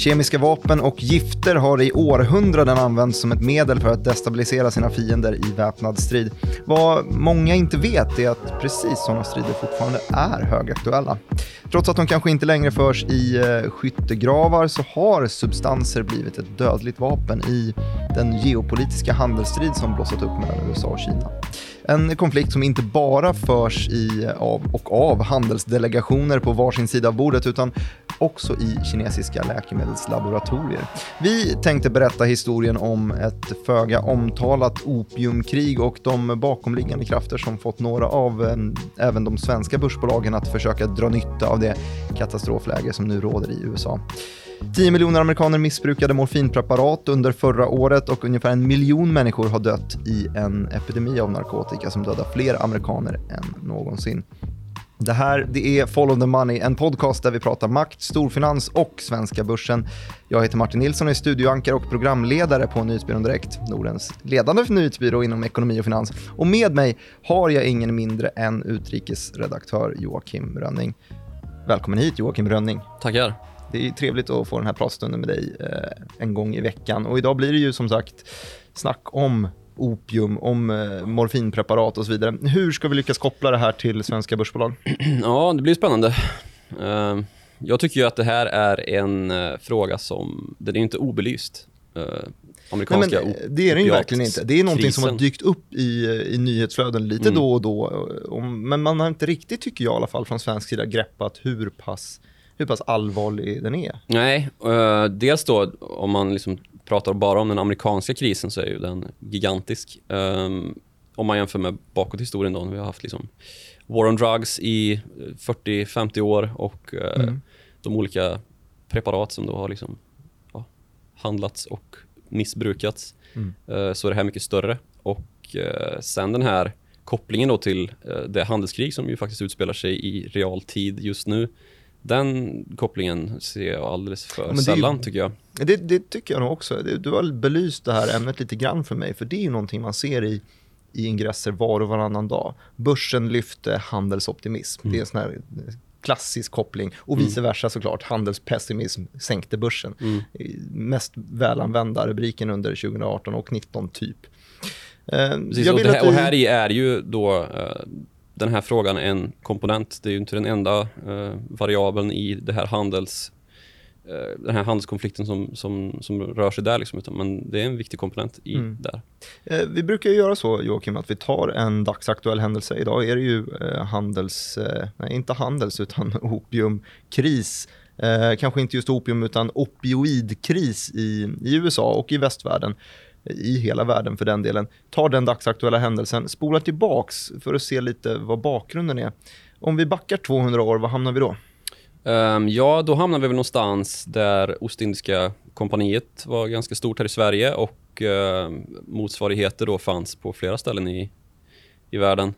Kemiska vapen och gifter har i århundraden använts som ett medel för att destabilisera sina fiender i väpnad strid. Vad många inte vet är att precis sådana strider fortfarande är högaktuella. Trots att de kanske inte längre förs i skyttegravar så har substanser blivit ett dödligt vapen i den geopolitiska handelsstrid som blossat upp mellan USA och Kina. En konflikt som inte bara förs av handelsdelegationer på varsin sida av bordet utan också i kinesiska läkemedelslaboratorier. Vi tänkte berätta historien om ett föga omtalat opiumkrig och de bakomliggande krafter som fått några av även de svenska börsbolagen att försöka dra nytta av det katastrofläge som nu råder i USA. 10 miljoner amerikaner missbrukade morfinpreparat under förra året och ungefär 1 miljon människor har dött i en epidemi av narkotika som dödar fler amerikaner än någonsin. Det är Follow the Money, en podcast där vi pratar makt, storfinans och svenska börsen. Jag heter Martin Nilsson och är studioankare och programledare på Nyhetsbyrån Direkt, Nordens ledande nyhetsbyrå inom ekonomi och finans. Och med mig har jag ingen mindre än utrikesredaktör Joakim Rönning. Välkommen hit Joakim Rönning. Tackar. Det är trevligt att få den här pratstunden med dig en gång i veckan. Och idag blir det ju som sagt snack om opium, om morfinpreparat och så vidare. Hur ska vi lyckas koppla det här till svenska börsbolag? Ja, det blir spännande. Jag tycker ju att det här är en fråga som, den är inte obelyst. Amerikanska det är det ju verkligen inte. Det är någonting krisen som har dykt upp i nyhetsflöden lite då och då. Men man har inte riktigt, tycker jag i alla fall, från svensk sida greppat hur pass allvarlig den är. Nej, dels då om man liksom pratar bara om den amerikanska krisen så är ju den gigantisk. Om man jämför med bakåt historien då, vi har haft liksom war on drugs i 40-50 år och de olika preparat som då har liksom handlats och missbrukats. Så är det här mycket större. Och sen den här kopplingen då till det handelskrig som ju faktiskt utspelar sig i realtid just nu. Den kopplingen ser jag alldeles för sällan tycker jag. Det tycker jag nog också. Du har belyst det här ämnet lite grann för mig. För det är ju någonting man ser i ingresser var och varannan dag. Börsen lyfte handelsoptimism. Det är en sån här klassisk koppling. Och vice versa såklart. Handelspessimism sänkte börsen. Mest välanvända rubriken under 2018 och 2019 typ. Precis, och här i är ju då den här frågan en komponent. Det är ju inte den enda variabeln i det här den här handelskonflikten som rör sig där liksom, men det är en viktig komponent i där. Vi brukar ju göra så, Joakim, att vi tar en dagsaktuell händelse. Idag är det ju inte handels utan opiumkris. Kanske inte just opium utan opioidkris i USA och i västvärlden. I hela världen för den delen. Tar den dagsaktuella händelsen, spolar tillbaks för att se lite vad bakgrunden är. Om vi backar 200 år, vad hamnar vi då? Då hamnar vi väl någonstans där Ostindiska kompaniet var ganska stort här i Sverige och motsvarigheter då fanns på flera ställen i världen.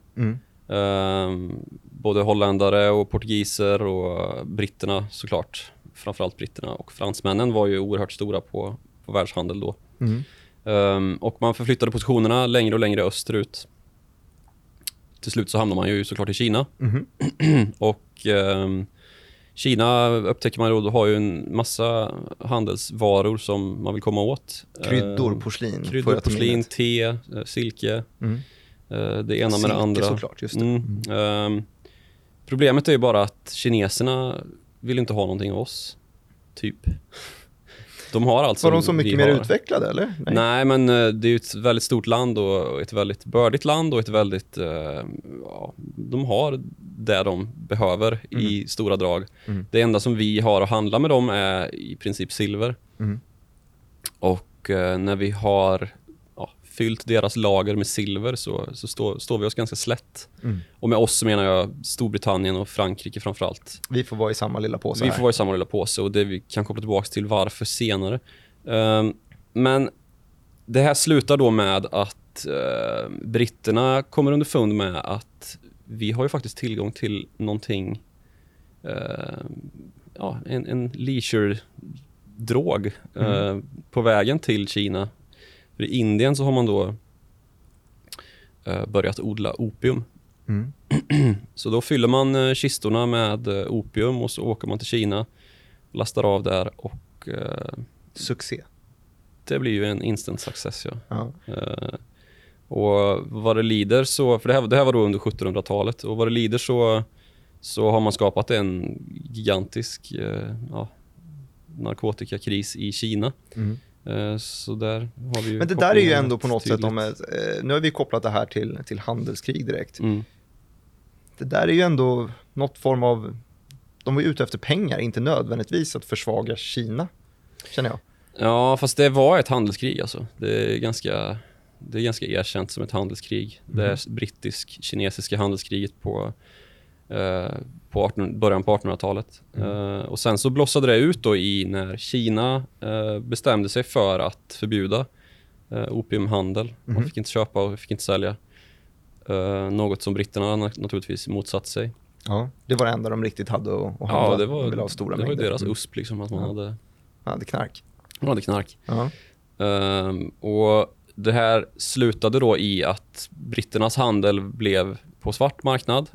Både holländare och portugiser och britterna såklart. Framförallt britterna och fransmännen var ju oerhört stora på världshandel då. Och man förflyttade positionerna längre och längre österut. Till slut så hamnar man ju såklart i Kina. Och Kina upptäcker man då har ju en massa handelsvaror som man vill komma åt. Kryddor, porslin, te, silke. Det ena silke, med det andra. Såklart, just det. Problemet är ju bara att kineserna vill inte ha någonting av oss. Typ. De har alltså, var de så mycket mer utvecklade eller? Nej, men det är ju ett väldigt stort land och ett väldigt bördigt land och ett väldigt de har det de behöver i stora drag. Det enda som vi har att handla med dem är i princip silver. Och när vi har fyllt deras lager med silver så står vi oss ganska slätt. Och med oss så menar jag Storbritannien och Frankrike framförallt. Vi får vara i samma lilla påse. Vi får vara i samma lilla påse och det vi kan koppla tillbaka till varför senare. Men det här slutar då med att britterna kommer underfund med att vi har ju faktiskt tillgång till någonting en leisure-drog på vägen till Kina. För i Indien så har man då börjat odla opium. Så då fyller man kistorna med opium och så åker man till Kina, lastar av där och Succé. det blir ju en instant success. Ja. Och vad det lider så, för det här var då under 1700-talet, och vad det lider så har man skapat en gigantisk narkotikakris i Kina. Så där har vi ju. Men det där är ju ändå på något sätt nu har vi kopplat det här till handelskrig direkt. Det där är ju ändå något form av, de var ju ute efter pengar, inte nödvändigtvis att försvaga Kina, känner jag. Ja, fast det var ett handelskrig alltså. Det är ganska erkänt som ett handelskrig. Det är brittisk-kinesiska handelskriget på början på 1800-talet. Och sen så blossade det ut då när Kina bestämde sig för att förbjuda opiumhandel. Man fick inte köpa och fick inte sälja. Något som britterna naturligtvis motsatt sig. Ja, det var det enda de riktigt hade att handla. Ja, det var mängder. ju deras USP liksom, att man hade knark. Man hade knark. Ja. Och det här slutade då i att britternas handel blev på svart marknad.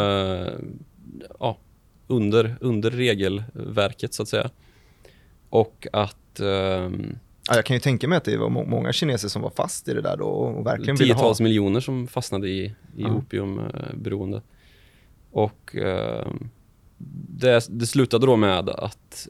Under regelverket så att säga. Och att jag kan ju tänka mig att det var många kineser som var fast i det där då och verkligen ville ha. Tiotals miljoner som fastnade i opiumberoende. Och det slutade då med att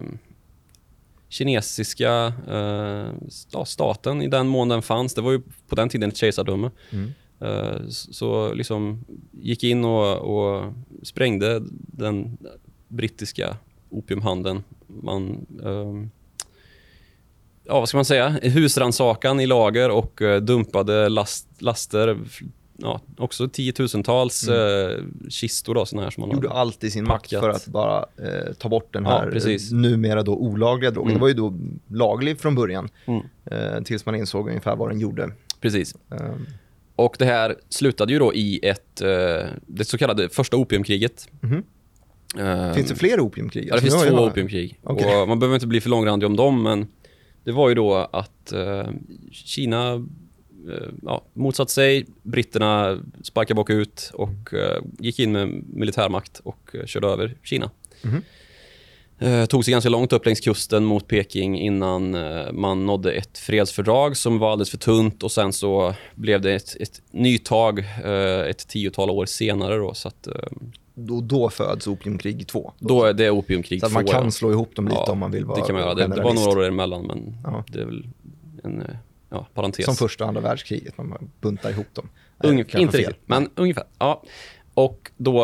kinesiska staten, i den mån den fanns, det var ju på den tiden ett kejsardöme, så liksom gick in och sprängde den brittiska opiumhandeln. Man vad ska man säga, husrannsakan i lager och dumpade laster, också 10-tusentals kistor då, såna här som man gjorde allt i sin makt för att bara ta bort den här numera då olagliga drogen. Det var ju då laglig från början tills man insåg ungefär vad den gjorde. Precis. Och det här slutade ju då i det så kallade första opiumkriget. Finns det fler opiumkrig? Ja, det finns 2 opiumkrig. Okay. Och man behöver inte bli för långrandig om dem, men det var ju då att Kina motsatt sig, britterna sparkade bakut och gick in med militärmakt och körde över Kina. Tog sig ganska långt upp längs kusten mot Peking innan man nådde ett fredsfördrag som var alldeles för tunt, och sen så blev det ett nytag ett 10-tal år senare då, så att då föds opiumkrig 2. Då är det opiumkrig 2. Så att man kan slå ihop dem lite om man vill vara. Det kan man göra. Det var några år emellan, men det är väl en parentes. Som första och andra världskriget, man buntar ihop dem. Inte riktigt, men ungefär. Ja. Och då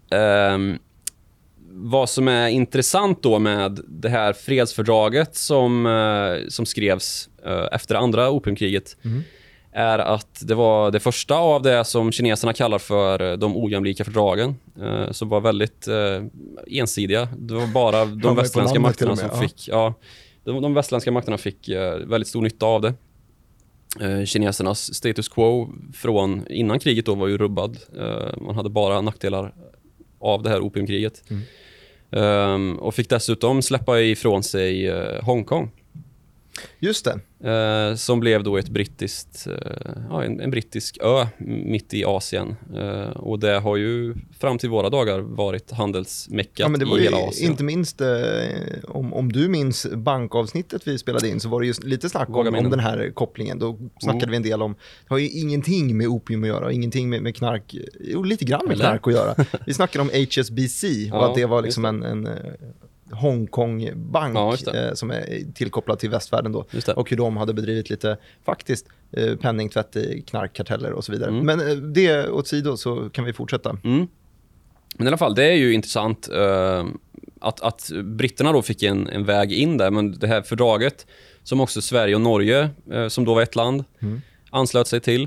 vad som är intressant då med det här fredsfördraget som skrevs efter andra opiumkriget är att det var det första av det som kineserna kallar för de ojämlika fördragen, som var väldigt ensidiga. Det var bara de västländska makterna som fick de västländska makterna fick väldigt stor nytta av det. Kinesernas status quo från innan kriget då var ju rubbad. Man hade bara nackdelar av det här opiumkriget. Och fick dessutom släppa ifrån sig Hongkong. Just det. Som blev då ett brittiskt, en brittisk ö mitt i Asien. Och det har ju fram till våra dagar varit handelsmeckat i hela Asien. Inte minst, om du minns bankavsnittet vi spelade in, så var det just lite snack om den här kopplingen. Då snackade vi en del om, det har ju ingenting med opium att göra, ingenting med knark, lite grann med knark att göra. Vi snackade om HSBC och att det var liksom en Hongkong-bank som är tillkopplad till västvärlden då, och hur de hade bedrivit lite faktiskt penningtvätt i knarkkarteller och så vidare. Men det åt sidan, så kan vi fortsätta. Men i alla fall, det är ju intressant att britterna då fick en väg in där, men det här fördraget som också Sverige och Norge, som då var ett land, anslöt sig till,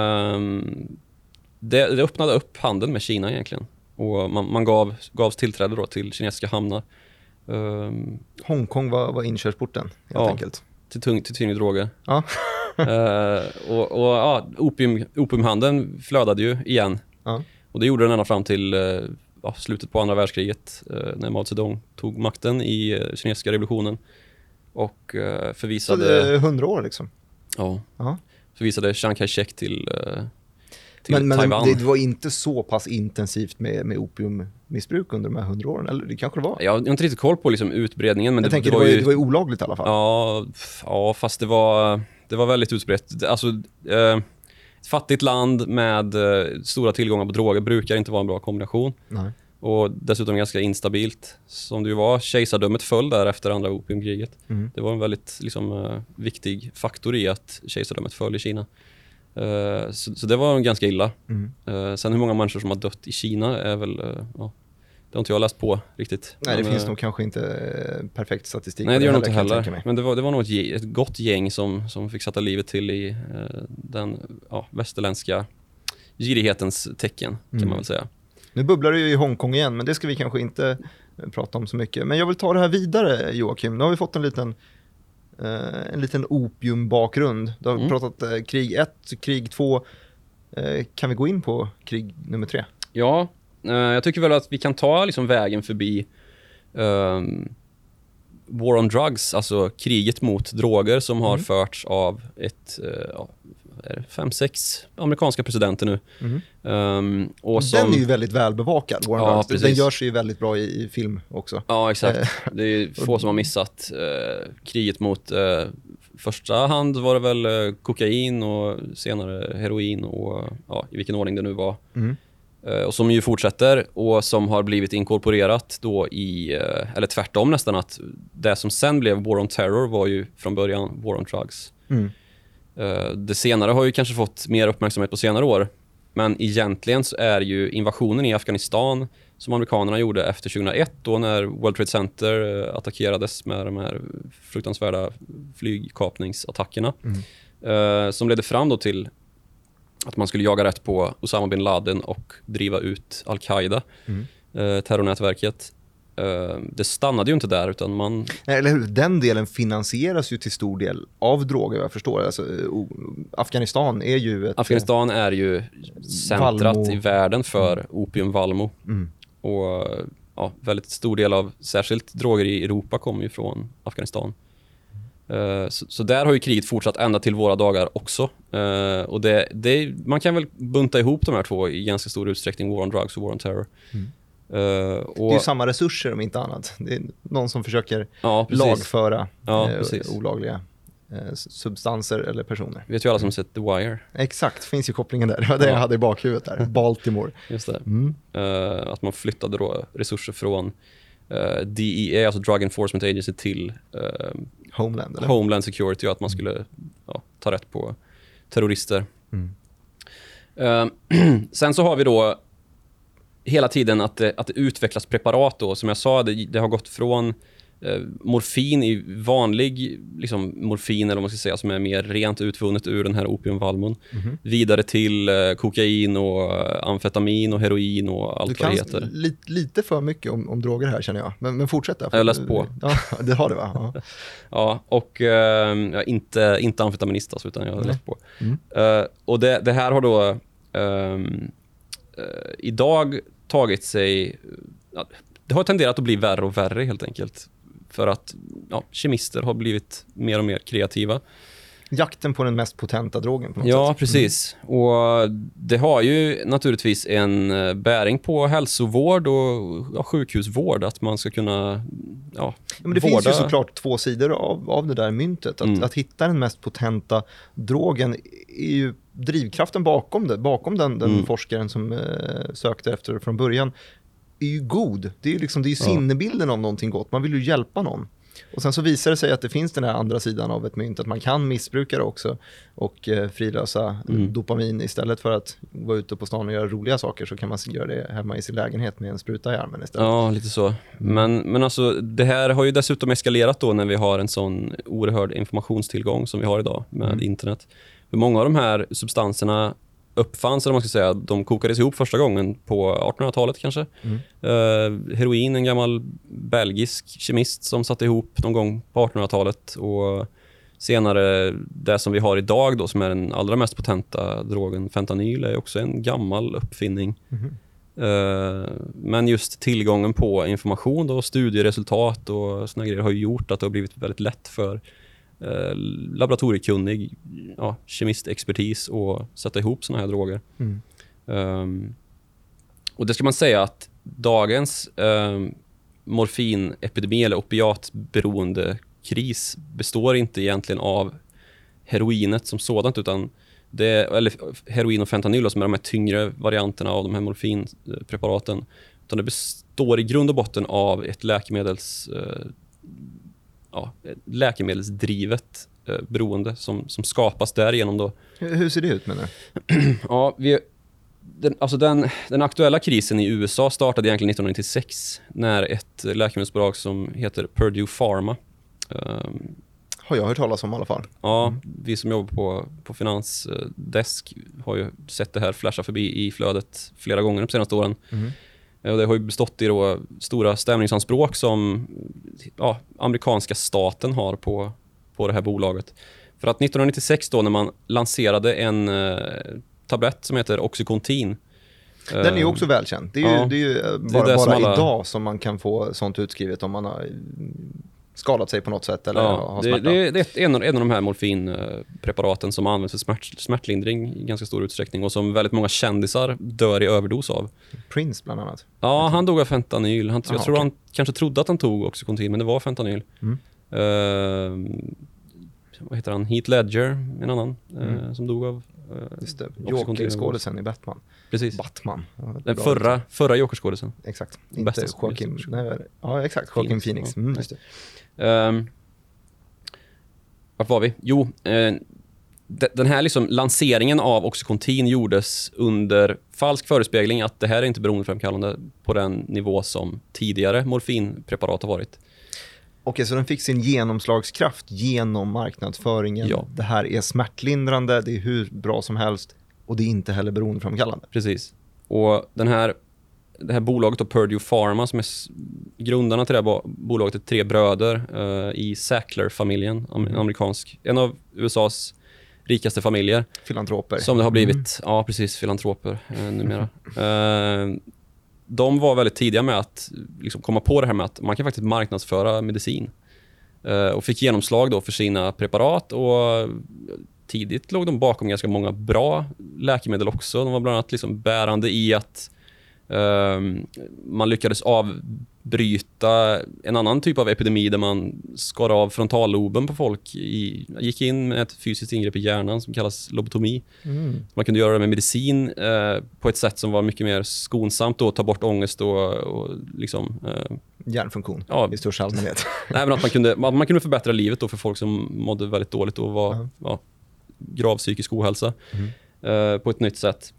det öppnade upp handeln med Kina egentligen, och man gavs tillträde då till kinesiska hamnar. Hongkong var inkörsporten helt enkelt. Till tyngre droger. Ja. Opiumhandeln flödade ju igen. Ja. Och det gjorde den ända fram till slutet på andra världskriget, när Mao Zedong tog makten i kinesiska revolutionen och förvisade... Så det är 100 år liksom? Ja. Förvisade Chiang Kai-shek till Men Taiwan. det var inte så pass intensivt med opiummissbruk under de här 100 åren, eller det kanske det var? Jag har inte riktigt koll på liksom utbredningen. Men det var ju olagligt i alla fall. Ja, fast det var väldigt utbrett. Alltså, ett fattigt land med stora tillgångar på droger brukar inte vara en bra kombination. Nej. Och dessutom ganska instabilt. Som det ju var, kejsardömet föll där efter andra opiumkriget. Det var en väldigt liksom, viktig faktor i att kejsardömet föll i Kina. Så det var ganska illa. Sen hur många människor som har dött i Kina är väl... det har inte jag läst på riktigt. Nej, det finns nog kanske inte perfekt statistik. Nej, det gör det inte heller. Men det var nog ett gott gäng som fick sätta livet till i den västerländska girighetens tecken, kan man väl säga. Nu bubblar det ju i Hongkong igen, men det ska vi kanske inte prata om så mycket. Men jag vill ta det här vidare, Joakim. Nu har vi fått en liten opiumbakgrund. Du har pratat krig 1, krig 2. Kan vi gå in på krig nummer 3? Ja, jag tycker väl att vi kan ta liksom vägen förbi War on Drugs, alltså kriget mot droger som har förts av 5-6 amerikanska presidenter nu. Och den är ju väldigt välbevakad, War on Drugs. Precis. Den görs ju väldigt bra i film också. Ja, exakt. Det är få som har missat kriget mot första hand var det väl kokain och senare heroin och i vilken ordning det nu var. Och som ju fortsätter och som har blivit inkorporerat då i, eller tvärtom nästan, att det som sen blev War on Terror var ju från början War on Drugs. Det senare har ju kanske fått mer uppmärksamhet på senare år, men egentligen så är ju invasionen i Afghanistan som amerikanerna gjorde efter 2001 då när World Trade Center attackerades med de här fruktansvärda flygkapningsattackerna som ledde fram då till att man skulle jaga rätt på Osama bin Laden och driva ut Al-Qaida, terrornätverket. Det stannade ju inte där, utan man... Nej, eller hur? Den delen finansieras ju till stor del av droger, jag förstår. Alltså, Afghanistan är ju Afghanistan är ju centrat i världen för opiumvalmo. Och väldigt stor del av särskilt droger i Europa kommer ju från Afghanistan. Så där har ju kriget fortsatt ända till våra dagar också. Och man kan väl bunta ihop de här två i ganska stor utsträckning, War on Drugs och War on Terror. Det är ju samma resurser om inte annat. Det är någon som försöker lagföra olagliga substanser eller personer. Vet ju alla som sett The Wire. Exakt, finns ju kopplingen där. Det var det jag hade i bakhuvudet där. Baltimore. Just det. Att man flyttade då resurser från DEA, alltså Drug Enforcement Agency, till Homeland, eller? Homeland Security, och att man skulle ta rätt på terrorister. Sen så har vi då hela tiden att det utvecklas preparat då. Som jag sa, det har gått från morfin i vanlig liksom morfin, eller vad man ska säga, som är mer rent utvunnet ur den här opiumvalmon, vidare till kokain och amfetamin och heroin och allt vad det heter. Lite för mycket om droger här, känner jag. Men fortsätt där. Jag har läst på. Ja, det har det, va? Ja, och jag är inte amfetaminist alltså, utan jag har läst på. Och det här har då idag tagit sig... Det har tenderat att bli värre och värre helt enkelt. För att kemister har blivit mer och mer kreativa. Jakten på den mest potenta drogen på något sätt. Ja, precis. Och det har ju naturligtvis en bäring på hälsovård och sjukhusvård. Att man ska kunna men det finns ju såklart två sidor av det där myntet. Att hitta den mest potenta drogen är ju drivkraften bakom det. Bakom den forskaren som sökte efter det från början är ju god. Det är ju liksom, det är sinnebilden av någonting gott. Man vill ju hjälpa någon. Och sen så visar det sig att det finns den här andra sidan av ett mynt, att man kan missbruka det också och frilösa dopamin. Istället för att vara ute på stan och göra roliga saker, så kan man göra det hemma i sin lägenhet med en spruta i armen istället. Ja, lite så. Men alltså, det här har ju dessutom eskalerat då när vi har en sån oerhörd informationstillgång som vi har idag med internet. För många av de här substanserna uppfanns, eller man ska säga, de kokades ihop första gången på 1800-talet kanske. Heroin, en gammal belgisk kemist som satte ihop någon gång på 1800-talet, och senare det som vi har idag då, som är den allra mest potenta drogen, fentanyl, är också en gammal uppfinning. Men just tillgången på information då, studieresultat och såna grejer har ju gjort att det har blivit väldigt lätt för laboratoriekunnig kemistexpertis och sätta ihop såna här droger. Och det ska man säga att dagens morfinepidemi eller opiatberoende kris består inte egentligen av heroinet som sådant, utan eller heroin och fentanyl som är de här tyngre varianterna av de här morfinpreparaten, utan det består i grund och botten av ett läkemedelsdrivet beroende som skapas därigenom då. Hur ser det ut, menar du? Ja, den aktuella krisen i USA startade egentligen 1996 när ett läkemedelsbolag som heter Purdue Pharma har jag hört talas om i alla fall. Ja, vi som jobbar på finansdesk har ju sett det här flasha förbi i flödet flera gånger de senaste åren. Och det har ju bestått i då stora stämningsanspråk som amerikanska staten har på det här bolaget. För att 1996 då, när man lanserade en tablett som heter Oxycontin. Den är ju också välkänd. Det är ju bara idag som man kan få sånt utskrivet om man har skadat sig på något sätt eller har smärta. Det är en av de här morfinpreparaten som används för smärtlindring i ganska stor utsträckning och som väldigt många kändisar dör i överdos av. Prince bland annat. Ja, han dog av fentanyl. Jag tror han kanske trodde att han tog Oxycontin, men det var fentanyl. Vad heter han? Heath Ledger, en annan som dog av just det. Joker-skådisen i Batman. Precis. Batman. Den förra Joker-skådisen. Exakt. Inte Joaquin. Ja, exakt. Joaquin Phoenix. Just det. Vart var vi? Jo, den här liksom lanseringen av Oxycontin gjordes under falsk förespegling att det här är inte beroendeframkallande på den nivå som tidigare morfinpreparat har varit. Okej, så den fick sin genomslagskraft genom marknadsföringen. Ja. Det här är smärtlindrande, det är hur bra som helst och det är inte heller beroendeframkallande. Precis. Och det här bolaget då, Purdue Pharma, som är grundarna till det här bolaget, är 3 bröder i Sackler-familjen, en av USAs rikaste familjer. Filantroper. Som det har blivit. Ja, precis, filantroper numera. De var väldigt tidiga med att liksom komma på det här med att man kan faktiskt marknadsföra medicin. Och fick genomslag då för sina preparat, och tidigt låg de bakom ganska många bra läkemedel också. De var bland annat liksom bärande i att man lyckades avbryta en annan typ av epidemi där man skar av frontalloben på folk. Gick in med ett fysiskt ingrepp i hjärnan som kallas lobotomi. Man kunde göra det med medicin på ett sätt som var mycket mer skonsamt då, ta bort ångest och liksom... hjärnfunktion i största allmänhet. Nej, men att man kunde förbättra livet då för folk som mådde väldigt dåligt och var grav psykisk ohälsa på ett nytt sätt.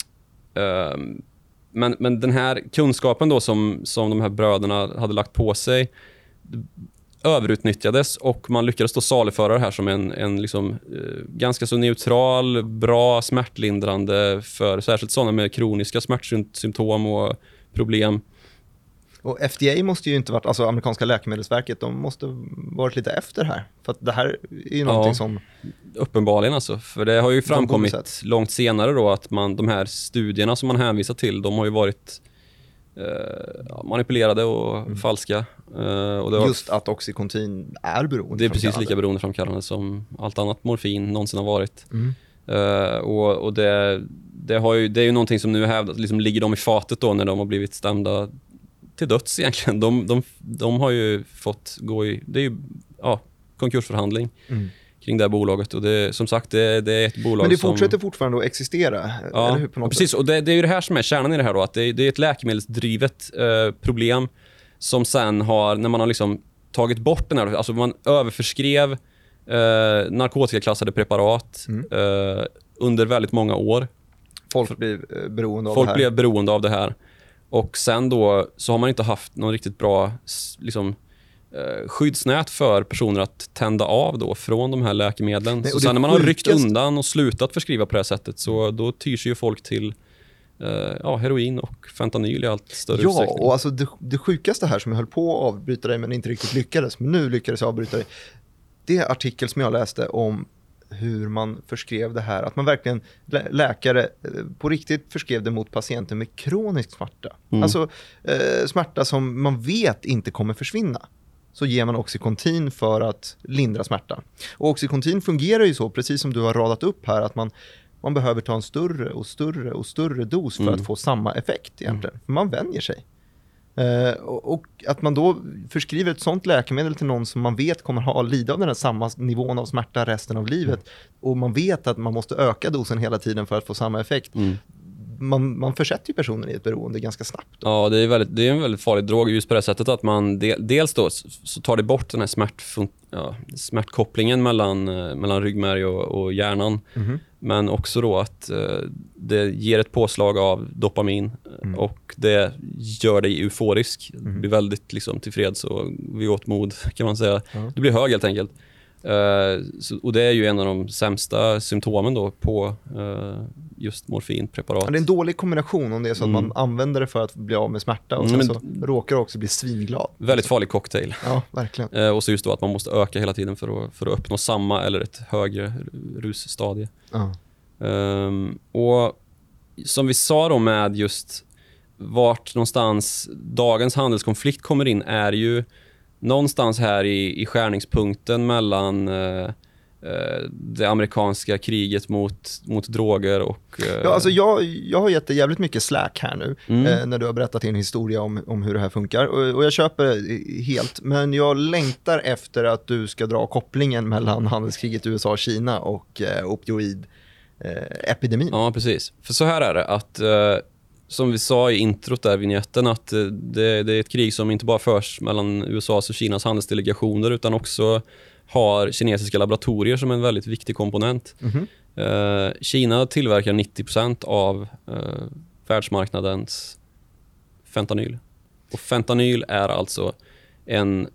Men den här kunskapen då som de här bröderna hade lagt på sig överutnyttjades, och man lyckades då saluföra det här som en liksom, ganska så neutral, bra smärtlindrande för särskilt sådana med kroniska smärtsymptom och problem. Och FDA måste ju inte varit, alltså amerikanska läkemedelsverket, de måste varit lite efter här. För att det här är ju någonting som... Uppenbarligen alltså. För det har ju framkommit långt senare då att de här studierna som man hänvisar till, de har ju varit manipulerade och falska. Och det just att Oxycontin är beroende. Det är precis lika beroendeframkallande som allt annat morfin någonsin har varit. Och det är ju någonting som nu hävdas, liksom ligger de i fatet då när de har blivit stämda till döds egentligen. De har ju fått gå i... Det är ju konkursförhandling kring det här bolaget. Och det, som sagt, det är ett bolag som... Men det fortsätter fortfarande att existera, ja, eller hur, på något precis. sätt? Och det är ju det här som är kärnan i det här då. Att det är ett läkemedelsdrivet problem som sen har, när man har liksom tagit bort den här... Alltså man överförskrev narkotikaklassade preparat under väldigt många år. Folk blev beroende av Folk det här. blev beroende av det här. Och sen då så har man inte haft någon riktigt bra liksom, skyddsnät för personer att tända av då från de här läkemedlen. Nej, så sen när man har ryckt undan och slutat förskriva på det här sättet, så då tyr sig ju folk till heroin och fentanyl i allt större utsträckning. Ja, och alltså det sjukaste här som jag höll på att avbryta dig men inte riktigt lyckades, men nu lyckades jag avbryta dig. Det är artikel som jag läste om hur man förskrev det här, att man verkligen, läkare på riktigt förskrev det mot patienter med kronisk smärta. Alltså smärta som man vet inte kommer försvinna. Så ger man Oxycontin för att lindra smärta. Och Oxycontin fungerar ju så, precis som du har radat upp här, att man Man behöver ta en större och större och större dos för att få samma effekt egentligen. För man vänjer sig. Och att man då förskriver ett sånt läkemedel till någon som man vet kommer ha lida av den här samma nivån av smärta resten av livet, och man vet att man måste öka dosen hela tiden för att få samma effekt. Man försätter ju personen i ett beroende ganska snabbt. Ja, det är en väldigt farlig drog just på det sättet att man dels då så tar det bort den här smärtkopplingen mellan ryggmärg och hjärnan. Men också då att det ger ett påslag av dopamin och det gör dig euforisk. Du blir väldigt liksom tillfreds och vid åtmod kan man säga. Du blir hög helt enkelt. Och det är ju en av de sämsta symptomen då på just morfinpreparat. Ja, det är en dålig kombination om det är så att man använder det för att bli av med smärta och sen så råkar det också bli svinglad. Väldigt farlig cocktail. Ja, verkligen. Och så just då att man måste öka hela tiden för att uppnå samma eller ett högre russtadie. Och som vi sa då med just vart någonstans dagens handelskonflikt kommer in är ju någonstans här i skärningspunkten mellan det amerikanska kriget mot droger och... Ja, alltså jag har gett jävligt mycket slack här nu när du har berättat din historia om hur det här funkar. Och jag köper det helt, men jag längtar efter att du ska dra kopplingen mellan handelskriget i USA och Kina och opioid-epidemin. Ja, precis. För så här är det att... som vi sa i introt där, vignetten, att det är ett krig som inte bara förs mellan USAs och Kinas handelsdelegationer utan också har kinesiska laboratorier som en väldigt viktig komponent. Kina tillverkar 90% av världsmarknadens fentanyl. Och fentanyl är alltså en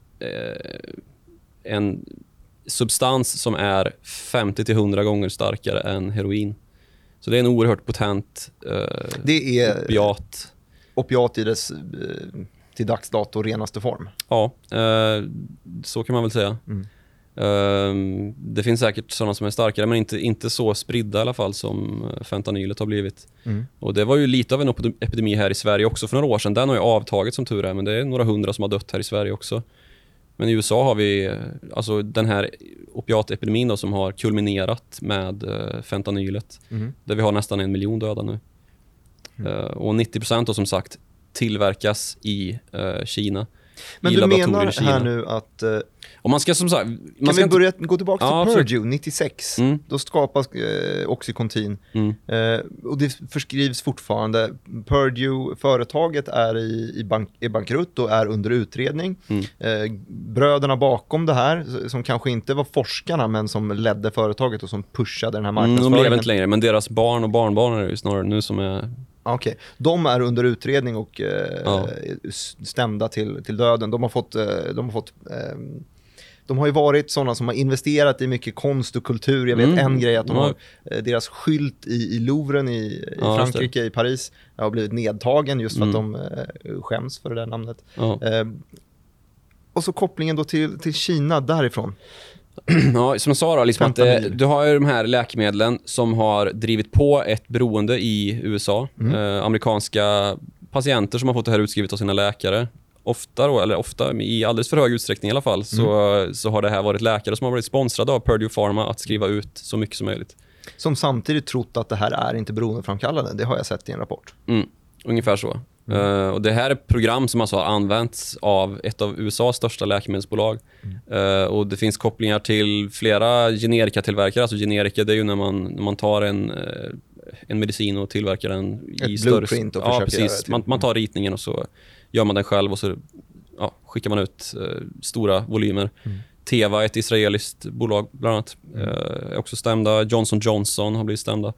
substans som är 50-100 gånger starkare än heroin. Så det är en oerhört potent det är opiat. Opiat i dess till dags dato renaste form. Ja, så kan man väl säga. Det finns säkert sådana som är starkare men inte så spridda i alla fall som fentanylet har blivit. Och det var ju lite av en epidemi här i Sverige också för några år sedan. Den har ju avtagit som tur är, men det är några hundra som har dött här i Sverige också. Men i USA har vi alltså den här opiatepidemin då, som har kulminerat med fentanylet. Där vi har nästan 1 miljon döda nu. Och 90% då, som sagt tillverkas i Kina. Men du menar här nu att... Och man ska som sagt... Kan vi börja gå tillbaka till Purdue 96? Då skapas Oxycontin. Och det förskrivs fortfarande. Purdue, företaget är i bankrutt och är under utredning. Bröderna bakom det här, som kanske inte var forskarna men som ledde företaget och som pushade den här marknadsföringen. De lever inte längre, men deras barn och barnbarn är ju snarare nu som är... Okej. De är under utredning och stämda till döden. De har ju varit sådana som har investerat i mycket konst och kultur. Jag vet en grej att de har deras skylt i Louvren i Frankrike, i Paris, har blivit nedtagen just för att de skäms för det där namnet. Och så kopplingen då till Kina därifrån. Ja, som jag sa då, liksom att du har ju de här läkemedlen som har drivit på ett beroende i USA. Amerikanska patienter som har fått det här utskrivet av sina läkare. Ofta i alldeles för hög utsträckning i alla fall, så har det här varit läkare som har varit sponsrade av Purdue Pharma att skriva ut så mycket som möjligt. Som samtidigt trott att det här är inte beroendeframkallande. Det har jag sett i en rapport. Ungefär så. Och det här är ett program som alltså har använts av ett av USAs största läkemedelsbolag. Och det finns kopplingar till flera generikatillverkare. Alltså generika, det är ju när man tar en medicin och tillverkar den i större... Blueprint och försöker precis. Man tar ritningen och så gör man den själv och så skickar man ut stora volymer. Teva, ett israeliskt bolag bland annat, är också stämda. Johnson har blivit stämda.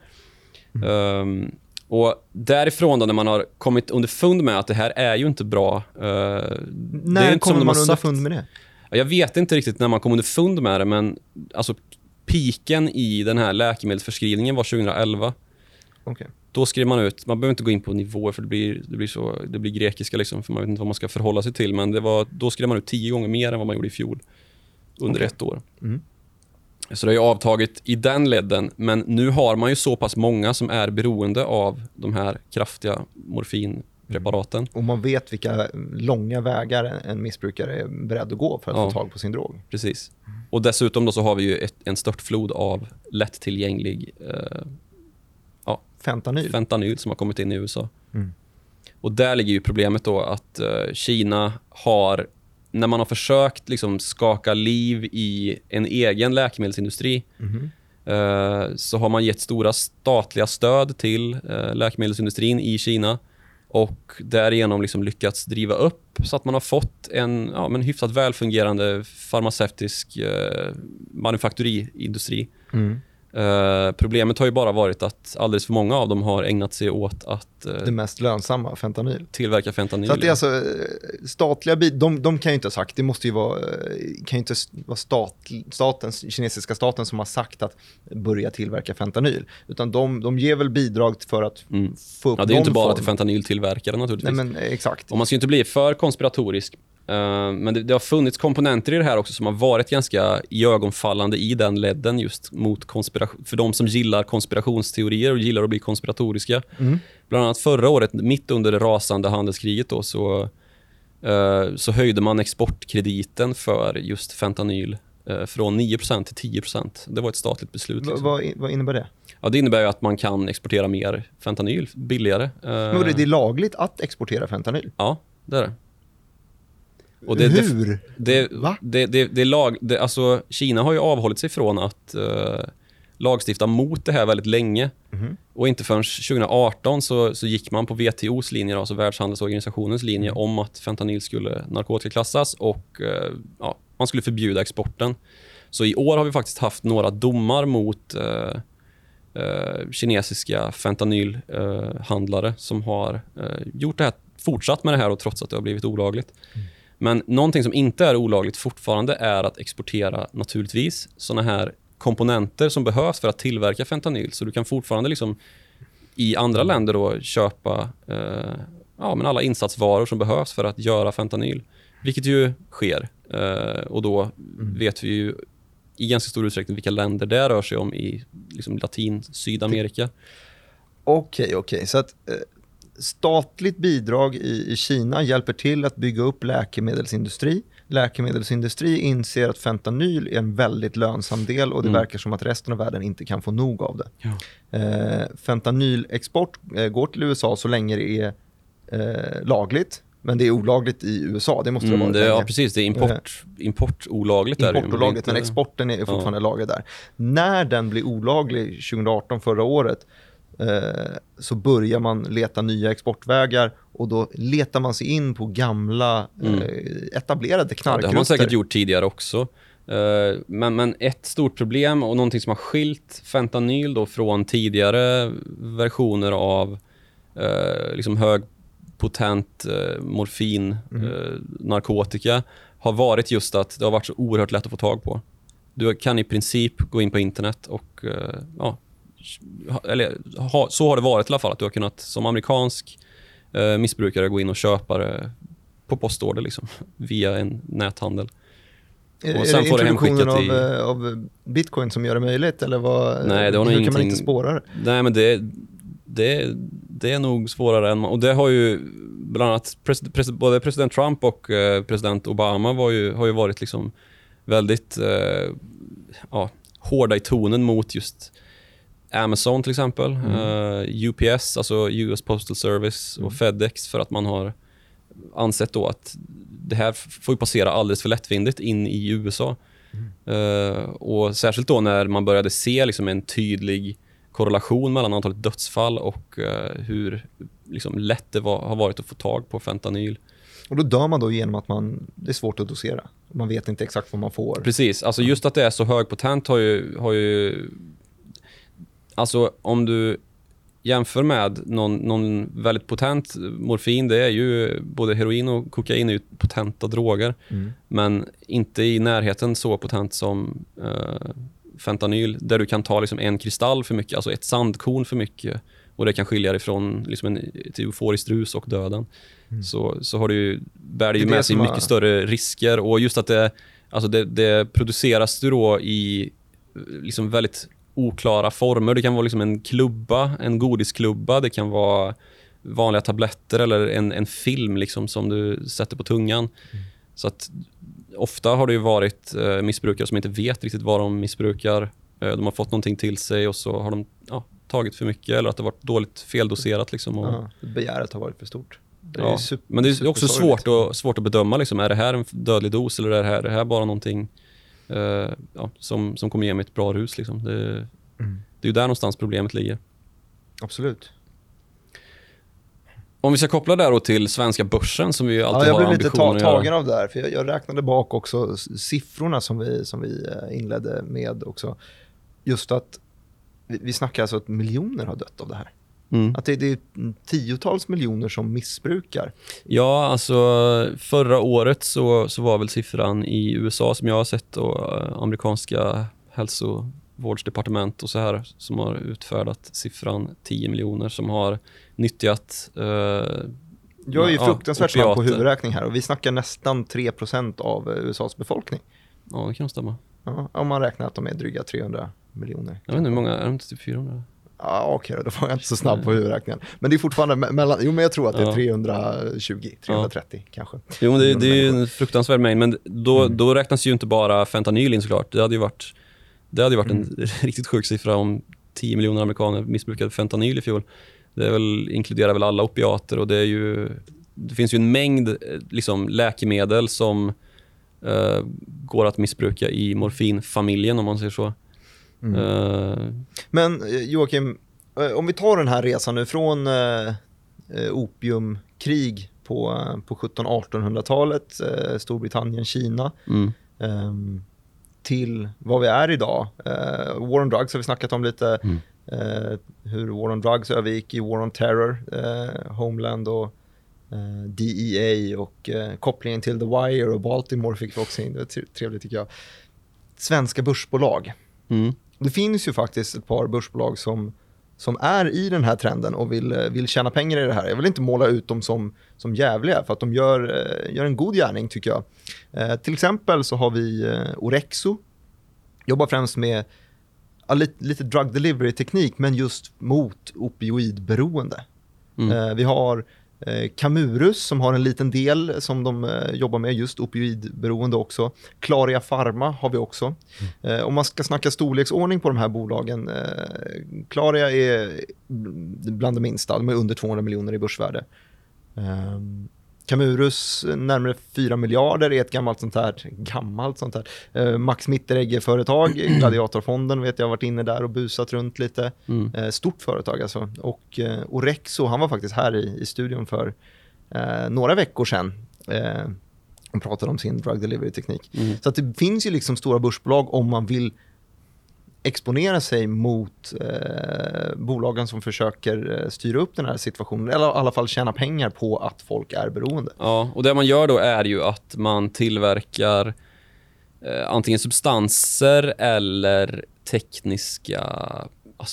Och därifrån då, när man har kommit underfund med att det här är ju inte bra. När kommer man underfund med det? Jag vet inte riktigt när man kom underfund med det, men alltså piken i den här läkemedelsförskrivningen var 2011. Okay. Då skrev man ut, man behöver inte gå in på nivåer för det blir grekiska liksom, för man vet inte vad man ska förhålla sig till, men då skrev man ut 10 gånger mer än vad man gjorde i fjol under ett år. Så det har ju avtagit i den ledden, men nu har man ju så pass många som är beroende av de här kraftiga morfinpreparaten. Och man vet vilka långa vägar en missbrukare är beredd att gå för att få tag på sin drog. Precis. Och dessutom då så har vi ju en störtflod av lättillgänglig Fentanyl som har kommit in i USA. Och där ligger ju problemet då att Kina har, när man har försökt liksom skaka liv i en egen läkemedelsindustri, så har man gett stora statliga stöd till läkemedelsindustrin i Kina och därigenom liksom lyckats driva upp så att man har fått en hyfsat välfungerande farmaceutisk manufakturindustri. Problemet har ju bara varit att alldeles för många av dem har ägnat sig åt att det mest lönsamma, fentanyl. Tillverka fentanyl. Så att det är alltså statliga de kan ju inte ha sagt, det måste ju vara kan ju inte vara kinesiska staten som har sagt att börja tillverka fentanyl, utan de ger väl bidrag för att få upp. Ja, det är ju inte bara till fentanyl-tillverkare naturligtvis. Nej, men exakt. Och man ska ju inte bli för konspiratorisk. Men det har funnits komponenter i det här också som har varit ganska iögonfallande i den ledden just mot för de som gillar konspirationsteorier och gillar att bli konspiratoriska. Bland annat förra året, mitt under det rasande handelskriget då, så höjde man exportkrediten för just fentanyl från 9% till 10%. Det var ett statligt beslut. Liksom. Vad innebär det? Ja, det innebär ju att man kan exportera mer fentanyl billigare. Men det är lagligt att exportera fentanyl? Ja, det är det. Och Hur? Alltså, Kina har ju avhållit sig från att lagstifta mot det här väldigt länge. Och inte förrän 2018 så gick man på WTOs linje, alltså Världshandelsorganisationens linje, om att fentanyl skulle narkotikaklassas och man skulle förbjuda exporten. Så i år har vi faktiskt haft några domar mot kinesiska fentanylhandlare som har gjort det här, fortsatt med det här och trots att det har blivit olagligt. Men någonting som inte är olagligt fortfarande är att exportera naturligtvis såna här komponenter som behövs för att tillverka fentanyl. Så du kan fortfarande liksom i andra länder då köpa men alla insatsvaror som behövs för att göra fentanyl. Vilket ju sker. Och då vet vi ju i ganska stor utsträckning vilka länder det rör sig om i liksom Sydamerika. Okej. Så att statligt bidrag i Kina hjälper till att bygga upp läkemedelsindustri. Läkemedelsindustri inser att fentanyl är en väldigt lönsam del och det verkar som att resten av världen inte kan få nog av det. Ja. Fentanylexport går till USA så länge det är lagligt, men det är olagligt i USA. Det måste det vara. Ja, precis. Det är importolagligt där. Importolagligt, men exporten är fortfarande laglig där. När den blir olaglig 2018, förra året, så börjar man leta nya exportvägar och då letar man sig in på gamla etablerade knarkkluster. Det har man säkert gjort tidigare också. Men ett stort problem och någonting som har skilt fentanyl då från tidigare versioner av liksom högpotent morfin, narkotika har varit just att det har varit så oerhört lätt att få tag på. Du kan i princip gå in på internet och så har det varit i alla fall, att du har kunnat som amerikansk missbrukare gå in och köpa det på postorder liksom, via en näthandel. Och sen får det hemskickat av Bitcoin som gör det möjligt, eller vad? Nej, det har hur kan man inte spåra det? Nej, men det är nog svårare än och det har ju bland annat både president Trump och president Obama har ju varit liksom väldigt hårda i tonen mot just Amazon till exempel, UPS, alltså US Postal Service och FedEx, för att man har ansett då att det här får ju passera alldeles för lättvindigt in i USA. Och särskilt då när man började se liksom en tydlig korrelation mellan antalet dödsfall och hur liksom lätt det har varit att få tag på fentanyl. Och då dör man då genom att det är svårt att dosera. Man vet inte exakt vad man får. Precis, alltså just att det är så högpotent har ju alltså om du jämför med någon väldigt potent morfin, det är ju både heroin och kokain är ju potenta droger, men inte i närheten så potent som fentanyl, där du kan ta liksom en kristall för mycket, alltså ett sandkorn för mycket, och det kan skilja ifrån liksom ett euforiskt rus och döden. Så har bär det ju med sig mycket större risker, och just att det produceras då i liksom väldigt oklara former. Det kan vara liksom en godisklubba, det kan vara vanliga tabletter eller en film liksom som du sätter på tungan. Så att ofta har det ju varit missbrukare som inte vet riktigt vad de missbrukar. De har fått någonting till sig och så har de tagit för mycket eller att det har varit dåligt feldoserat. Liksom, och, begäret har varit för stort. Men det är också svårt att bedöma. Liksom, är det här en dödlig dos eller är det här bara någonting som kommer ge mig ett bra rus? Liksom. Det är ju där någonstans problemet ligger. Absolut. Om vi ska koppla där då till svenska börsen som vi alltid har ambitionen att göra. Jag blev lite tagen av det där, för jag räknade bak också siffrorna som vi inledde med också. Just att vi snackar alltså att miljoner har dött av det här. Att det är tiotals miljoner som missbrukar. Ja, alltså förra året så var väl siffran i USA som jag har sett och amerikanska hälsovårdsdepartement och så här som har utfärdat siffran 10 miljoner som har nyttjat jag är ju fruktansvärt snabb på huvudräkning här och vi snackar nästan 3% av USAs befolkning. Ja, det kan stämma. Ja, om man räknar att de är dryga 300 miljoner. Jag vet inte hur många, är de inte typ 400? Ja, okej, då var jag inte så snabb på huvudräkningen. Men det är fortfarande men jag tror att det är 330 kanske. Jo, men det är ju en fruktansvärd mängd, men då räknas ju inte bara fentanyl in såklart. Det hade ju varit en riktigt sjuk siffra om 10 miljoner amerikaner missbrukade fentanyl i fjol. Det inkluderar väl alla opiater och det finns ju en mängd liksom, läkemedel som går att missbruka i morfinfamiljen om man säger så. Men Joakim, om vi tar den här resan nu från opiumkrig på 1700-1800-talet, Storbritannien, Kina, till vad vi är idag. War on Drugs har vi snackat om lite, hur War on Drugs övergick i War on Terror, Homeland och DEA och kopplingen till The Wire och Baltimore fick vi också in. Det är trevligt tycker jag. Svenska börsbolag. Det finns ju faktiskt ett par börsbolag som är i den här trenden och vill tjäna pengar i det här. Jag vill inte måla ut dem som jävliga för att de gör en god gärning tycker jag. Till exempel så har vi Orexo. Jobbar främst med lite drug delivery-teknik men just mot opioidberoende. Vi har Camurus som har en liten del som de jobbar med just opioidberoende också. Claria Pharma har vi också. Om man ska snacka storleksordning på de här bolagen, Claria är bland de minsta, de är under 200 miljoner i börsvärde. Camurus närmare 4 miljarder är ett gammalt sånt här Max Mitteregger-företag, Gladiatorfonden vet jag har varit inne där och busat runt lite. Stort företag alltså. Och Orexo, han var faktiskt här i studion för några veckor sedan och pratade om sin drug delivery-teknik. Så att det finns ju liksom stora börsbolag om man vill exponera sig mot bolagen som försöker styra upp den här situationen eller i alla fall tjäna pengar på att folk är beroende. Ja, och det man gör då är ju att man tillverkar antingen substanser eller tekniska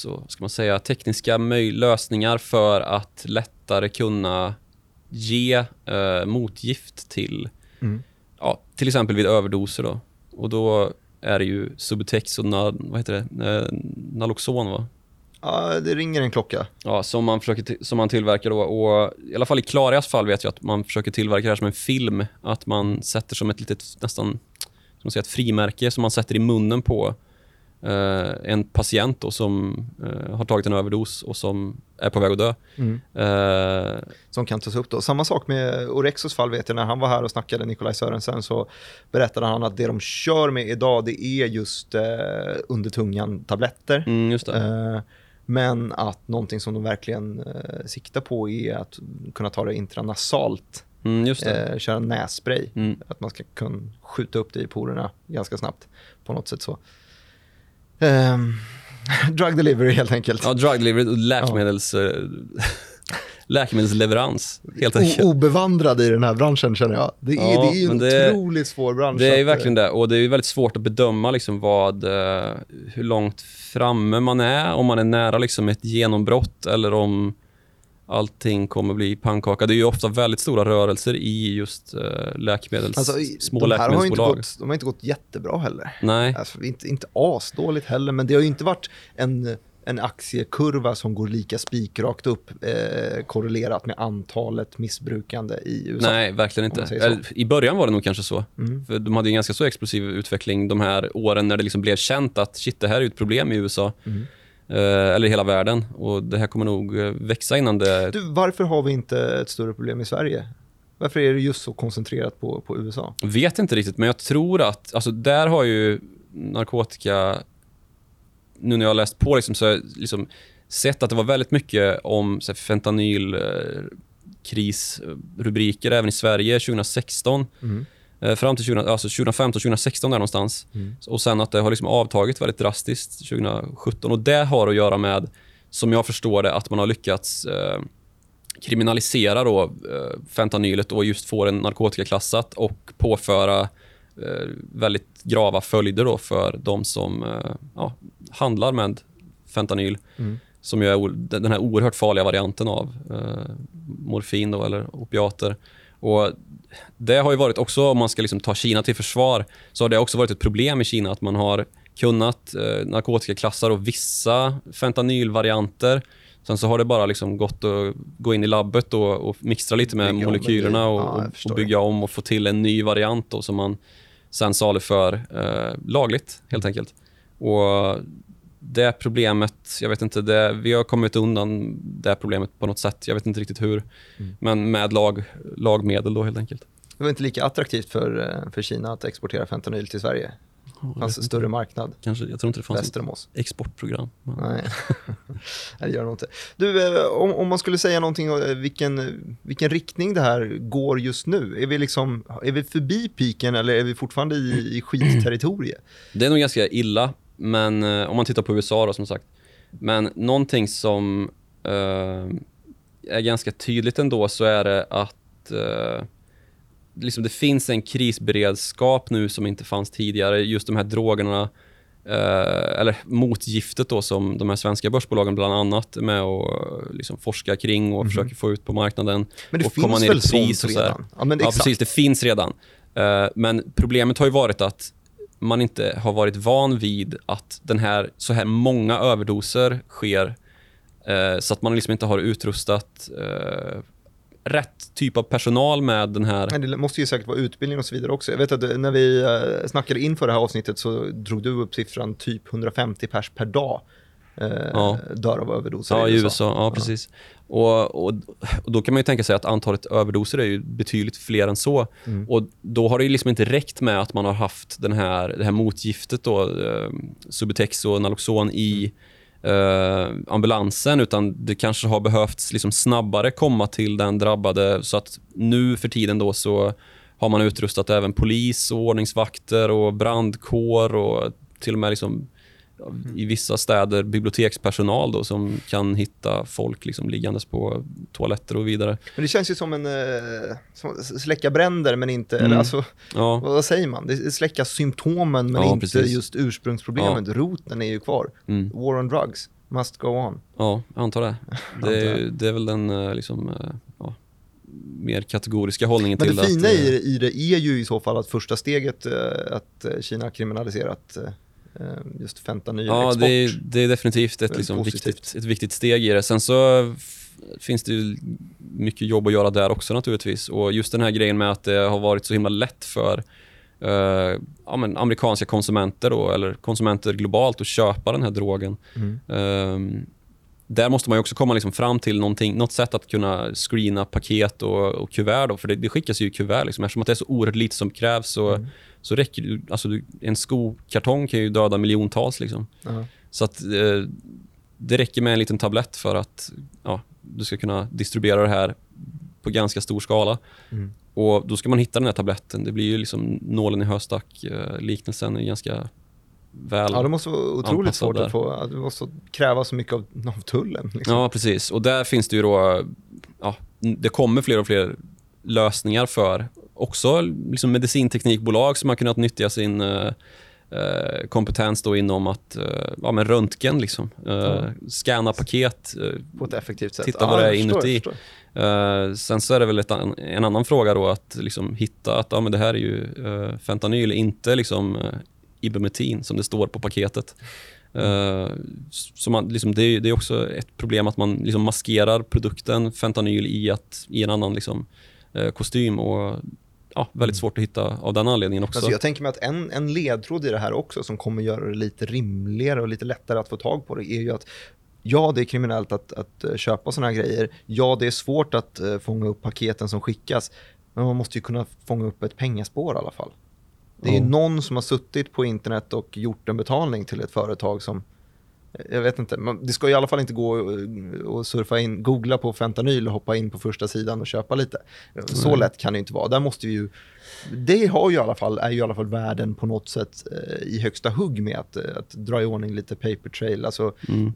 lösningar för att lättare kunna ge motgift till till exempel vid överdoser då. Och då är det ju Subutex och Naloxon va? Ja, det ringer en klocka. Ja, som man tillverkar då. Och i alla fall i Clarias fall vet jag att man försöker tillverka det här som en film. Att man sätter som ett litet nästan som man säger, ett frimärke som man sätter i munnen på en patient då, som har tagit en överdos och som är på väg att dö. Som kan tas upp då. Samma sak med Orexos fall vet jag, när han var här och snackade Nikolaj Sörensen så berättade han att det de kör med idag det är just under tungan tabletter. Just det. Men att någonting som de verkligen siktar på är att kunna ta det intranasalt. Just det. Köra nässpray. Att man ska kunna skjuta upp det i porerna ganska snabbt på något sätt så. Drug delivery helt enkelt. Ja, drug delivery och läkemedelsleverans helt enkelt. Obevandrad i den här branschen känner jag. Det är ju en otroligt svår bransch. Det är ju verkligen det och det är ju väldigt svårt att bedöma liksom hur långt framme man är, om man är nära liksom ett genombrott eller om allting kommer bli pannkaka. Det är ju ofta väldigt stora rörelser i just små läkemedelsbolag. De har inte gått jättebra heller. Nej. Alltså, inte asdåligt heller, men det har ju inte varit en aktiekurva som går lika spikrakt upp korrelerat med antalet missbrukande i USA. Nej, verkligen inte. I början var det nog kanske så. För de hade en ganska så explosiv utveckling de här åren när det liksom blev känt att shit, det här är ett problem i USA. eller i hela världen. Och det här kommer nog växa innan det... Varför har vi inte ett större problem i Sverige? Varför är det just så koncentrerat på USA? Vet inte riktigt, men jag tror att alltså, där har ju narkotika, nu när jag har läst på liksom, så har jag liksom sett att det var väldigt mycket om fentanylkrisrubriker även i Sverige 2016. Fram till 2015-2016 där någonstans. Och sen att det har liksom avtagit väldigt drastiskt 2017. Och det har att göra med, som jag förstår det, att man har lyckats kriminalisera då, fentanylet och just få den narkotikaklassat och påföra väldigt grava följder då för de som handlar med fentanyl. Som ju är den här oerhört farliga varianten av morfin då, eller opiater. Och det har ju varit också, om man ska liksom ta Kina till försvar, så har det också varit ett problem i Kina att man har kunnat narkotikaklassa och vissa fentanylvarianter. Sen så har det bara liksom gått att gå in i labbet och mixtra lite med molekylerna och bygga om och få till en ny variant då, som man sen saluför lagligt helt enkelt. Och det problemet, jag vet inte, vi har kommit undan det problemet på något sätt. Jag vet inte riktigt hur. Men med lagmedel då helt enkelt. Det var inte lika attraktivt för Kina att exportera fentanyl till Sverige. Det fanns en större marknad. Kanske, jag tror inte det fanns ett exportprogram. Nej, det gör det nog inte. Du, om man skulle säga någonting om vilken riktning det här går just nu. Är vi förbi piken eller är vi fortfarande i skitterritoriet? Det är nog ganska illa. Men om man tittar på USA då, som sagt. Men någonting som är ganska tydligt ändå, så är det att liksom det finns en krisberedskap nu som inte fanns tidigare. Just de här drogerna, eller motgiftet då, som de här svenska börsbolagen bland annat är med och liksom forskar kring och försöker få ut på marknaden. Men det och finns komma ner väl i pris sånt och så redan? Ja, men det, ja precis, det finns redan. Men problemet har ju varit att man inte har varit van vid att så här många överdoser sker, så att man liksom inte har utrustat rätt typ av personal med den här. Nej, det måste ju säkert vara utbildning och så vidare också. Jag vet att när vi snackade inför det här avsnittet så drog du upp siffran typ 150 pers per dag dör av överdoser i USA. Ja, precis. Och då kan man ju tänka sig att antalet överdoser är ju betydligt fler än så. Och då har det ju liksom inte räckt med att man har haft det här motgiftet då, Subutex och Naloxon i ambulansen, utan det kanske har behövts liksom snabbare komma till den drabbade, så att nu för tiden då så har man utrustat även polis och ordningsvakter och brandkår och till och med liksom i vissa städer bibliotekspersonal då, som kan hitta folk liksom liggandes på toaletter och vidare. Men det känns ju som som släcka bränder, men inte eller alltså, vad säger man? Det är släcka symptomen men inte just ursprungsproblemet. Roten är ju kvar. War on drugs must go on. Ja, jag antar det. Det är väl den liksom mer kategoriska hållningen till det. Men det fina i det är ju i så fall att första steget att Kina kriminaliserat just fentanylexport. Ja, det är definitivt ett viktigt steg i det. Sen så finns det ju mycket jobb att göra där också naturligtvis. Och just den här grejen med att det har varit så himla lätt för amerikanska konsumenter då, eller konsumenter globalt att köpa den här drogen. Där måste man ju också komma liksom fram till något sätt att kunna screena paket och kuvert då, för det skickas ju i kuvert liksom, eftersom att det är så oerhört lite som krävs så räcker det, alltså en skokartong kan ju döda miljontals liksom. Så att det räcker med en liten tablett för att du ska kunna distribuera det här på ganska stor skala. Och då ska man hitta den här tabletten. Det blir ju liksom nålen i höstack. Liknelsen är ganska väl. Ja, det måste vara otroligt svårt att få. Det måste kräva så mycket av tullen. Liksom. Ja, precis. Och där finns det ju då, det kommer fler och fler lösningar för också liksom medicinteknikbolag som har kunnat nyttja sin kompetens då inom att röntgen liksom, scanna paket på ett effektivt sätt. Titta vad det är inuti. Sen så är det väl en annan fråga då att liksom hitta att men det här är ju fentanyl, inte liksom ibumetin som det står på paketet. Så man, liksom, det är också ett problem att man liksom maskerar produkten fentanyl i en annan liksom, kostym, och väldigt svårt att hitta av den anledningen också. Alltså jag tänker mig att en ledtråd i det här också som kommer göra det lite rimligare och lite lättare att få tag på det är ju att det är kriminellt att köpa såna här grejer. Ja, det är svårt att fånga upp paketen som skickas. Men man måste ju kunna fånga upp ett pengaspår i alla fall. Det är någon som har suttit på internet och gjort en betalning till ett företag som, jag vet inte, det ska i alla fall inte gå och surfa in, googla på fentanyl och hoppa in på första sidan och köpa lite. Så lätt kan det inte vara. Där måste vi ju, det är ju i alla fall världen på något sätt i högsta hugg med att dra i ordning lite paper trail, alltså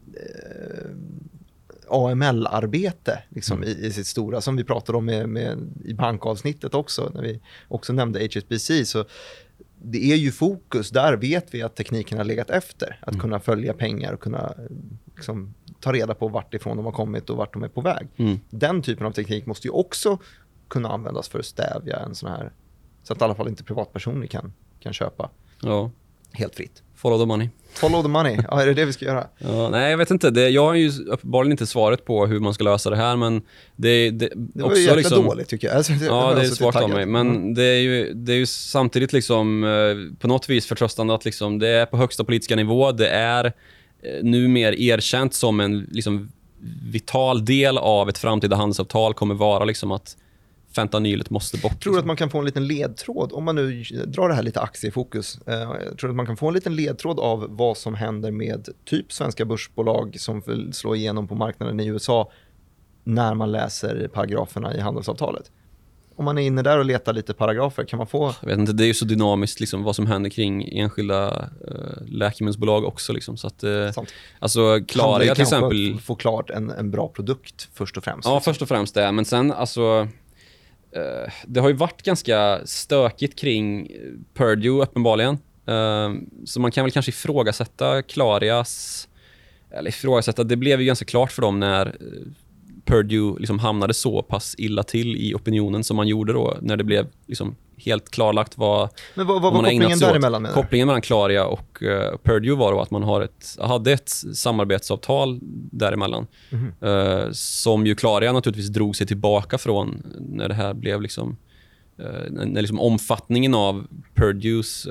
AML-arbete liksom, i sitt stora, som vi pratade om med i bankavsnittet också, när vi också nämnde HSBC. Så det är ju fokus, där vet vi att tekniken har legat efter, att kunna följa pengar och kunna liksom ta reda på vart ifrån de har kommit och vart de är på väg. Den typen av teknik måste ju också kunna användas för att stävja en sån här, så att i alla fall inte privatpersoner kan köpa helt fritt. Follow the money. Follow the money, ja, är det vi ska göra? Ja, nej, jag vet inte. Jag har ju uppenbarligen inte svaret på hur man ska lösa det här, men det var också ju jäkla liksom dåligt tycker jag. Alltså, ja, det är svagt av mig, men det är ju samtidigt liksom på något vis förtröstande att liksom det är på högsta politiska nivå. Det är nu mer erkänt som en liksom vital del av ett framtida handelsavtal kommer vara liksom att fentanylet måste bort. Jag tror att man kan få en liten ledtråd, om man nu drar det här lite aktiefokus, jag tror att man kan få en liten ledtråd av vad som händer med typ svenska börsbolag som vill slå igenom på marknaden i USA när man läser paragraferna i handelsavtalet. Om man är inne där och letar lite paragrafer, kan man få... Jag vet inte, det är ju så dynamiskt liksom, vad som händer kring enskilda läkemedelsbolag också. Liksom, så att, alltså, Klarya till exempel... få klart en bra produkt först och främst. Ja, liksom. först och främst det. Men sen, alltså... det har ju varit ganska stökigt kring Purdue uppenbarligen. Så man kan väl kanske ifrågasätta Klaryas... Eller ifrågasätta, det blev ju ganska klart för dem när Purdue liksom hamnade så pass illa till i opinionen som man gjorde då, när det blev liksom helt klarlagt vad men vad var kopplingen däremellan? Kopplingen mellan Klarya och Purdue var då att man hade ett samarbetsavtal däremellan som ju Klarya naturligtvis drog sig tillbaka från när det här blev liksom när liksom omfattningen av Purdues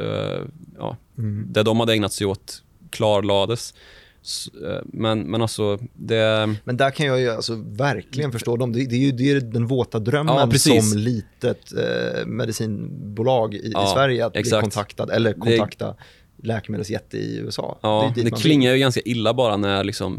det de hade ägnat sig åt klarlades. Men alltså det... Men där kan jag ju alltså verkligen förstå dem. Det är den våta drömmen som litet medicinbolag i Sverige att bli kontaktad eller kontakta läkemedelsjätte i USA. Ja, det klingar ju ganska illa bara när liksom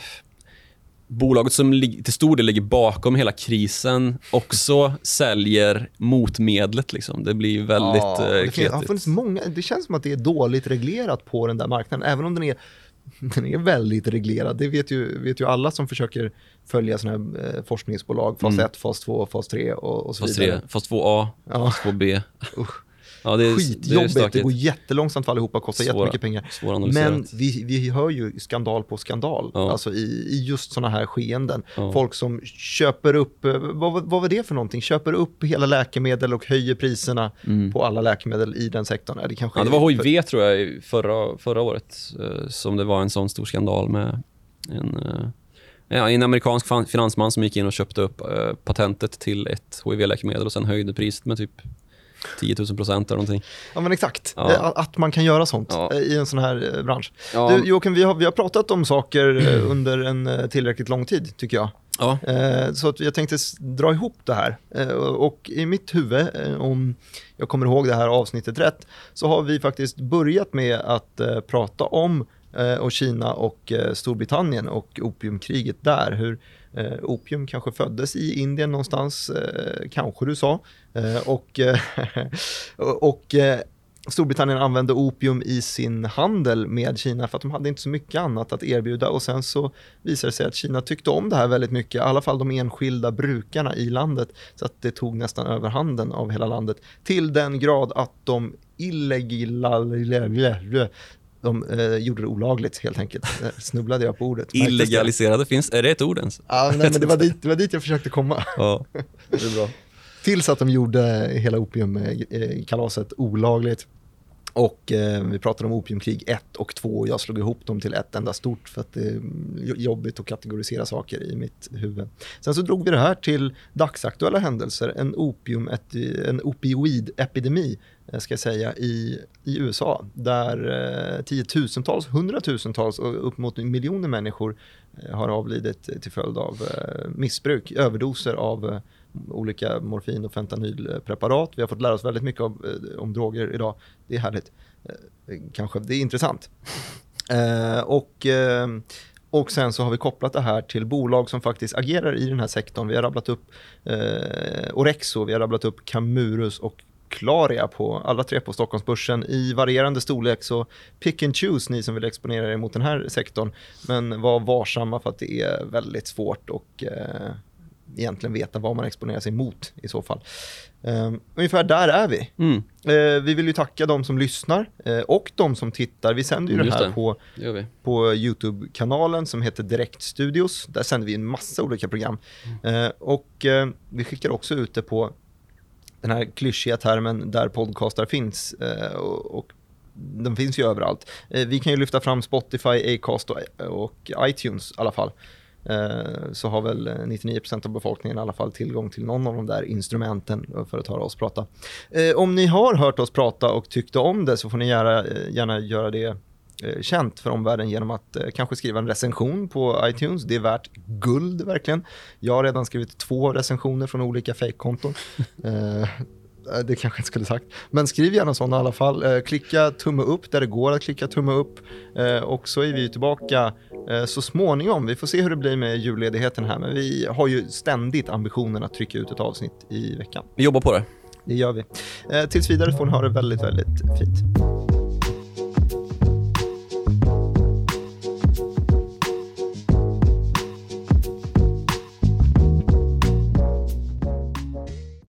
bolaget som till stor del ligger bakom hela krisen också säljer motmedlet liksom. Det blir ju väldigt det har funnits många. Det känns som att det är dåligt reglerat på den där marknaden, även om den är väldigt reglerad. Det vet ju alla som försöker följa såna här forskningsbolag, fas 1, fas 2, fas 3 och så vidare. Fas 2A, fas 2B. Ja, det är skitjobbigt, det går jättelångsamt för allihopa, kostar jättemycket pengar. Men vi hör ju skandal på skandal, alltså i just såna här skeenden. Folk som köper upp, vad var det för någonting? Köper upp hela läkemedel och höjer priserna på alla läkemedel i den sektorn. Det var HIV tror jag förra året som det var en sån stor skandal med en amerikansk finansman som gick in och köpte upp patentet till ett HIV-läkemedel och sen höjde priset med typ 10 000% eller någonting. Ja, men exakt. Ja. Att man kan göra sånt i en sån här bransch. Ja. Du, Joakim, vi har pratat om saker under en tillräckligt lång tid, tycker jag. Ja. Så att jag tänkte dra ihop det här. Och i mitt huvud, om jag kommer ihåg det här avsnittet rätt, så har vi faktiskt börjat med att prata om och Kina och Storbritannien och opiumkriget där. Hur opium kanske föddes i Indien någonstans, kanske du sa. Och Storbritannien använde opium i sin handel med Kina för att de hade inte så mycket annat att erbjuda. Och sen så visade det sig att Kina tyckte om det här väldigt mycket, i alla fall de enskilda brukarna i landet. Så att det tog nästan överhanden av hela landet. Till den grad att de gjorde det olagligt helt enkelt. Snubblade jag på ordet. Illegaliserade finns, är det ett ord ens? Ja, nej, men det var dit jag försökte komma. Ja, det är bra. Tills att de gjorde hela opiumkalaset olagligt. Och vi pratade om opiumkrig 1 och 2 och jag slog ihop dem till ett enda stort för att det är jobbigt att kategorisera saker i mitt huvud. Sen så drog vi det här till dagsaktuella händelser, en opioidepidemi ska jag säga i USA där tiotusentals, hundratusentals och upp mot miljoner människor har avlidit till följd av missbruk, överdoser av olika morfin- och fentanylpreparat. Vi har fått lära oss väldigt mycket om droger idag. Det är härligt. Kanske det är intressant. Och sen så har vi kopplat det här till bolag som faktiskt agerar i den här sektorn. Vi har rabblat upp Orexo, vi har rabblat upp Camurus och Claria på alla 3 på Stockholmsbörsen i varierande storlek, så pick and choose ni som vill exponera er mot den här sektorn, men var varsamma för att det är väldigt svårt och egentligen veta vad man exponerar sig mot i så fall. Ungefär där är vi. Vi vill ju tacka de som lyssnar och de som tittar. Vi sänder ju det här på YouTube-kanalen som heter Direkt Studios. Där sänder vi en massa olika program. Och vi skickar också ut det på den här klyschiga termen där podcastar finns, och de finns ju överallt. Vi kan ju lyfta fram Spotify, Acast och iTunes i alla fall. Så har väl 99% av befolkningen i alla fall tillgång till någon av de där instrumenten för att höra oss prata. Om ni har hört oss prata och tyckte om det så får ni gärna göra det känt för omvärlden genom att kanske skriva en recension på iTunes. Det är värt guld verkligen. Jag har redan skrivit 2 recensioner från olika fake-konton. Det kanske jag inte skulle sagt. Men skriv gärna sådana i alla fall. Klicka tumme upp där det går att klicka tumme upp. Och så är vi tillbaka så småningom. Vi får se hur det blir med julledigheten här. Men vi har ju ständigt ambitionen att trycka ut ett avsnitt i veckan. Vi jobbar på det. Det gör vi. Tills vidare får ni ha det väldigt, väldigt fint.